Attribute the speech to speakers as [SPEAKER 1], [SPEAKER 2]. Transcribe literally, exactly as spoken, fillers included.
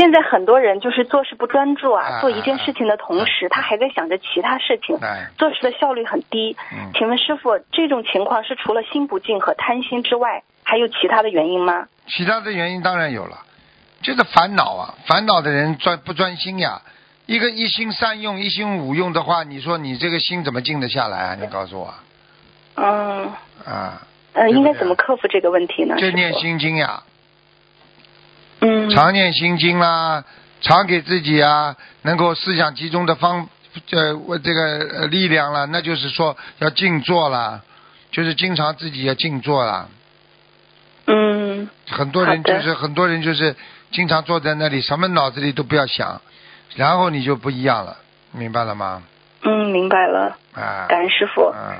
[SPEAKER 1] 现在很多人就是做事不专注啊，
[SPEAKER 2] 啊
[SPEAKER 1] 做一件事情的同时，
[SPEAKER 2] 啊
[SPEAKER 1] 他还在想着其他事情，
[SPEAKER 2] 哎
[SPEAKER 1] 做事的效率很低。
[SPEAKER 2] 嗯
[SPEAKER 1] 请问师傅，这种情况是除了心不静和贪心之外，还有其他的原因吗？
[SPEAKER 2] 其他的原因当然有了，就是烦恼啊，烦恼的人专不专心呀？一个一心三用、一心五用的话，你说你这个心怎么静得下来啊？你告诉我。
[SPEAKER 1] 嗯
[SPEAKER 2] 啊。
[SPEAKER 1] 呃，
[SPEAKER 2] 对不对
[SPEAKER 1] 应该怎么克服这个问题呢？师傅
[SPEAKER 2] 就念心经呀，
[SPEAKER 1] 嗯，
[SPEAKER 2] 常念心经啦，常给自己啊能够思想集中的方，这我这个呃力量了，那就是说要静坐啦，就是经常自己要静坐啦。
[SPEAKER 1] 嗯，
[SPEAKER 2] 很多人
[SPEAKER 1] 好的
[SPEAKER 2] 就是很多人就是经常坐在那里，什么脑子里都不要想，然后你就不一样了，明白了吗？
[SPEAKER 1] 嗯，明白了，
[SPEAKER 2] 啊，
[SPEAKER 1] 感恩师傅。
[SPEAKER 2] 啊。